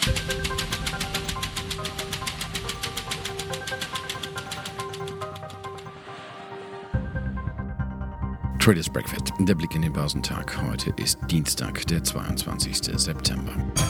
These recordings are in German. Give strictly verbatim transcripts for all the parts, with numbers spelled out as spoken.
Traders Breakfast, der Blick in den Börsentag. Heute ist Dienstag, der zweiundzwanzigster September.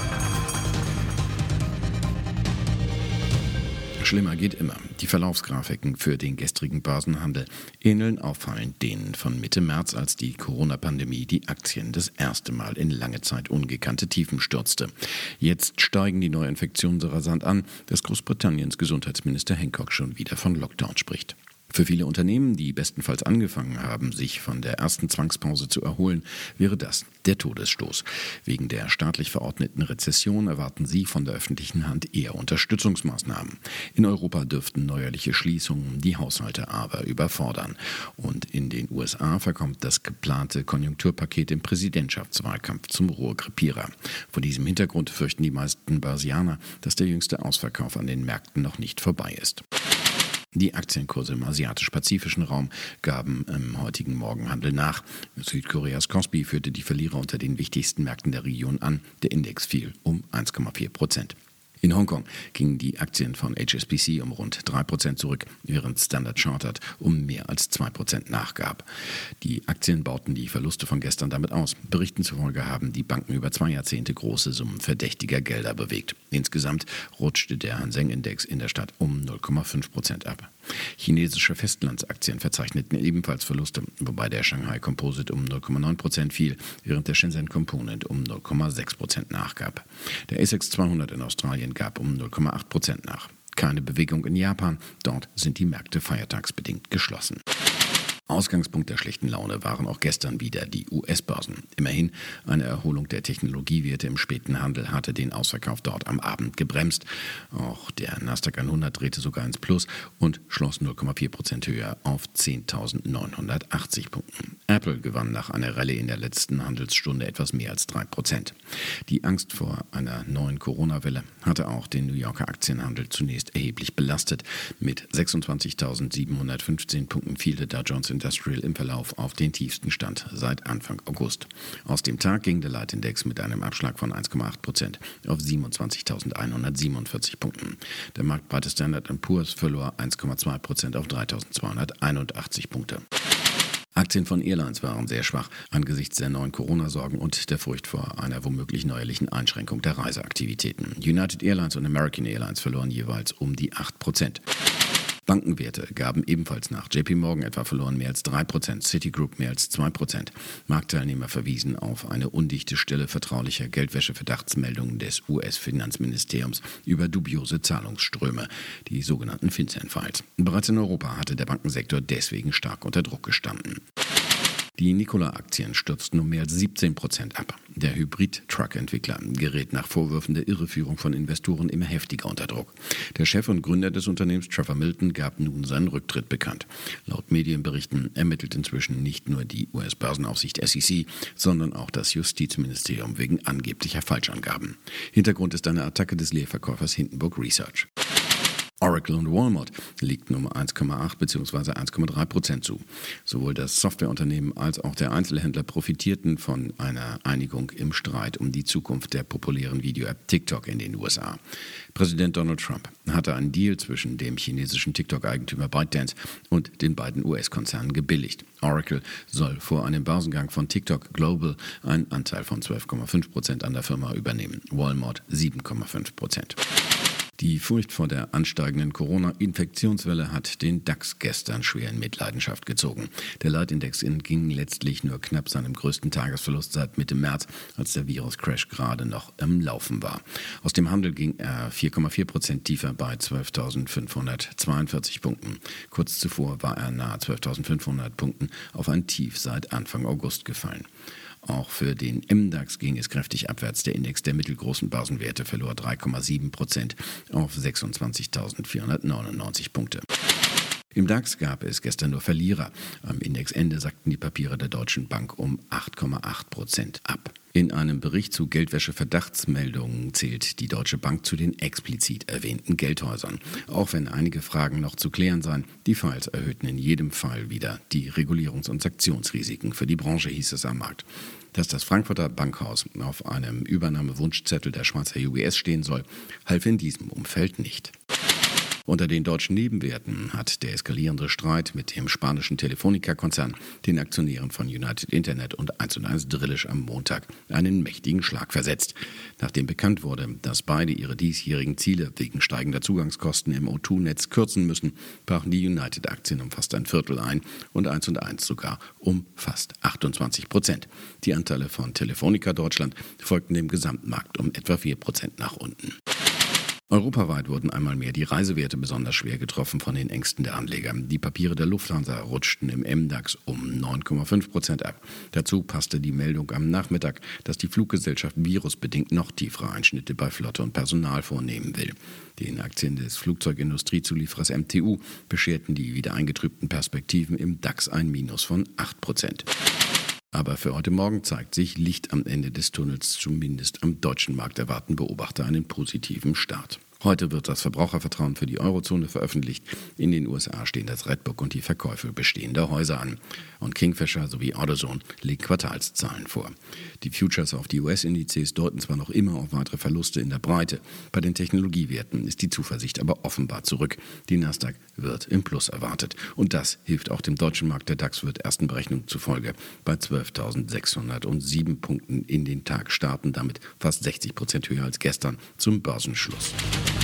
Schlimmer geht immer. Die Verlaufsgrafiken für den gestrigen Börsenhandel ähneln auffallend denen von Mitte März, als die Corona-Pandemie die Aktien das erste Mal in lange Zeit ungekannte Tiefen stürzte. Jetzt steigen die Neuinfektionen so rasant an, dass Großbritanniens Gesundheitsminister Hancock schon wieder von Lockdown spricht. Für viele Unternehmen, die bestenfalls angefangen haben, sich von der ersten Zwangspause zu erholen, wäre das der Todesstoß. Wegen der staatlich verordneten Rezession erwarten sie von der öffentlichen Hand eher Unterstützungsmaßnahmen. In Europa dürften neuerliche Schließungen die Haushalte aber überfordern. Und in den U S A verkommt das geplante Konjunkturpaket im Präsidentschaftswahlkampf zum Rohrkrepierer. Vor diesem Hintergrund fürchten die meisten Börsianer, dass der jüngste Ausverkauf an den Märkten noch nicht vorbei ist. Die Aktienkurse im asiatisch-pazifischen Raum gaben im heutigen Morgenhandel nach. Südkoreas Kospi führte die Verlierer unter den wichtigsten Märkten der Region an. Der Index fiel um eins Komma vier Prozent. In Hongkong gingen die Aktien von H S B C um rund drei Prozent zurück, während Standard Chartered um mehr als zwei Prozent nachgab. Die Aktien bauten die Verluste von gestern damit aus. Berichten zufolge haben die Banken über zwei Jahrzehnte große Summen verdächtiger Gelder bewegt. Insgesamt rutschte der Hang Seng Index in der Stadt um null Komma fünf Prozent ab. Chinesische Festlandsaktien verzeichneten ebenfalls Verluste, wobei der Shanghai Composite um null Komma neun Prozent fiel, während der Shenzhen Component um null Komma sechs Prozent nachgab. Der A S X zweihundert in Australien gab um null Komma acht Prozent nach. Keine Bewegung in Japan, dort sind die Märkte feiertagsbedingt geschlossen. Ausgangspunkt der schlechten Laune waren auch gestern wieder die U S-Börsen. Immerhin, eine Erholung der Technologiewerte im späten Handel hatte den Ausverkauf dort am Abend gebremst. Auch der Nasdaq hundert drehte sogar ins Plus und schloss null Komma vier Prozent höher auf zehntausendneunhundertachtzig Punkten. Apple gewann nach einer Rallye in der letzten Handelsstunde etwas mehr als drei Prozent. Die Angst vor einer neuen Corona-Welle hatte auch den New Yorker Aktienhandel zunächst erheblich belastet. Mit sechsundzwanzigtausendsiebenhundertfünfzehn Punkten fiel der Dow Jones Industrial im Verlauf auf den tiefsten Stand seit Anfang August. Aus dem Tag ging der Leitindex mit einem Abschlag von eins Komma acht Prozent auf siebenundzwanzigtausendeinhundertsiebenundvierzig Punkten. Der marktbreite Standard and Poor's verlor eins Komma zwei Prozent auf dreitausendzweihunderteinundachtzig Punkte. Aktien von Airlines waren sehr schwach angesichts der neuen Corona-Sorgen und der Furcht vor einer womöglich neuerlichen Einschränkung der Reiseaktivitäten. United Airlines und American Airlines verloren jeweils um die acht Prozent. Bankenwerte gaben ebenfalls nach. J P Morgan etwa verloren mehr als drei Prozent, Citigroup mehr als zwei Prozent. Marktteilnehmer verwiesen auf eine undichte Stelle vertraulicher Geldwäsche-Verdachtsmeldungen des U S-Finanzministeriums über dubiose Zahlungsströme, die sogenannten FinCEN-Files. Bereits in Europa hatte der Bankensektor deswegen stark unter Druck gestanden. Die Nikola-Aktien stürzten um mehr als siebzehn Prozent ab. Der Hybrid-Truck-Entwickler gerät nach Vorwürfen der Irreführung von Investoren immer heftiger unter Druck. Der Chef und Gründer des Unternehmens, Trevor Milton, gab nun seinen Rücktritt bekannt. Laut Medienberichten ermittelt inzwischen nicht nur die U S-Börsenaufsicht S E C, sondern auch das Justizministerium wegen angeblicher Falschangaben. Hintergrund ist eine Attacke des Leerverkäufers Hindenburg Research. Oracle und Walmart legten um eins Komma acht bzw. eins Komma drei Prozent zu. Sowohl das Softwareunternehmen als auch der Einzelhändler profitierten von einer Einigung im Streit um die Zukunft der populären Video-App TikTok in den U S A. Präsident Donald Trump hatte einen Deal zwischen dem chinesischen TikTok-Eigentümer ByteDance und den beiden U S-Konzernen gebilligt. Oracle soll vor einem Börsengang von TikTok Global einen Anteil von zwölf Komma fünf Prozent an der Firma übernehmen, Walmart sieben Komma fünf Prozent. Die Furcht vor der ansteigenden Corona-Infektionswelle hat den DAX gestern schwer in Mitleidenschaft gezogen. Der Leitindex entging letztlich nur knapp seinem größten Tagesverlust seit Mitte März, als der Virus-Crash gerade noch am Laufen war. Aus dem Handel ging er vier Komma vier Prozent tiefer bei zwölftausendfünfhundertzweiundvierzig Punkten. Kurz zuvor war er nahe zwölftausendfünfhundert Punkten auf ein Tief seit Anfang August gefallen. Auch für den M DAX ging es kräftig abwärts. Der Index der mittelgroßen Börsenwerte verlor drei Komma sieben Prozent auf sechsundzwanzigtausendvierhundertneunundneunzig Punkte. Im DAX gab es gestern nur Verlierer. Am Indexende sackten die Papiere der Deutschen Bank um acht Komma acht Prozent ab. In einem Bericht zu Geldwäsche-Verdachtsmeldungen zählt die Deutsche Bank zu den explizit erwähnten Geldhäusern. Auch wenn einige Fragen noch zu klären seien, die Files erhöhten in jedem Fall wieder die Regulierungs- und Sanktionsrisiken für die Branche, hieß es am Markt. Dass das Frankfurter Bankhaus auf einem Übernahmewunschzettel der Schweizer U B S stehen soll, half in diesem Umfeld nicht. Unter den deutschen Nebenwerten hat der eskalierende Streit mit dem spanischen Telefonica-Konzern den Aktionären von United Internet und eins und eins Drillisch am Montag einen mächtigen Schlag versetzt. Nachdem bekannt wurde, dass beide ihre diesjährigen Ziele wegen steigender Zugangskosten im O zwei Netz kürzen müssen, brachen die United-Aktien um fast ein Viertel ein und eins und eins sogar um fast achtundzwanzig Prozent. Die Anteile von Telefonica Deutschland folgten dem Gesamtmarkt um etwa vier Prozent nach unten. Europaweit wurden einmal mehr die Reisewerte besonders schwer getroffen von den Ängsten der Anleger. Die Papiere der Lufthansa rutschten im M DAX um neun Komma fünf Prozent ab. Dazu passte die Meldung am Nachmittag, dass die Fluggesellschaft virusbedingt noch tiefere Einschnitte bei Flotte und Personal vornehmen will. Den Aktien des Flugzeugindustriezulieferers M T U bescherten die wieder eingetrübten Perspektiven im DAX ein Minus von acht Prozent. Aber für heute Morgen zeigt sich Licht am Ende des Tunnels. Zumindest am deutschen Markt erwarten Beobachter einen positiven Start. Heute wird das Verbrauchervertrauen für die Eurozone veröffentlicht. In den U S A stehen das Redbook und die Verkäufe bestehender Häuser an. Und Kingfisher sowie AutoZone legen Quartalszahlen vor. Die Futures auf die U S-Indizes deuten zwar noch immer auf weitere Verluste in der Breite. Bei den Technologiewerten ist die Zuversicht aber offenbar zurück. Die Nasdaq wird im Plus erwartet. Und das hilft auch dem deutschen Markt. Der DAX wird ersten Berechnungen zufolge bei zwölftausendsechshundertsieben Punkten in den Tag starten. Damit fast sechzig Prozent höher als gestern zum Börsenschluss.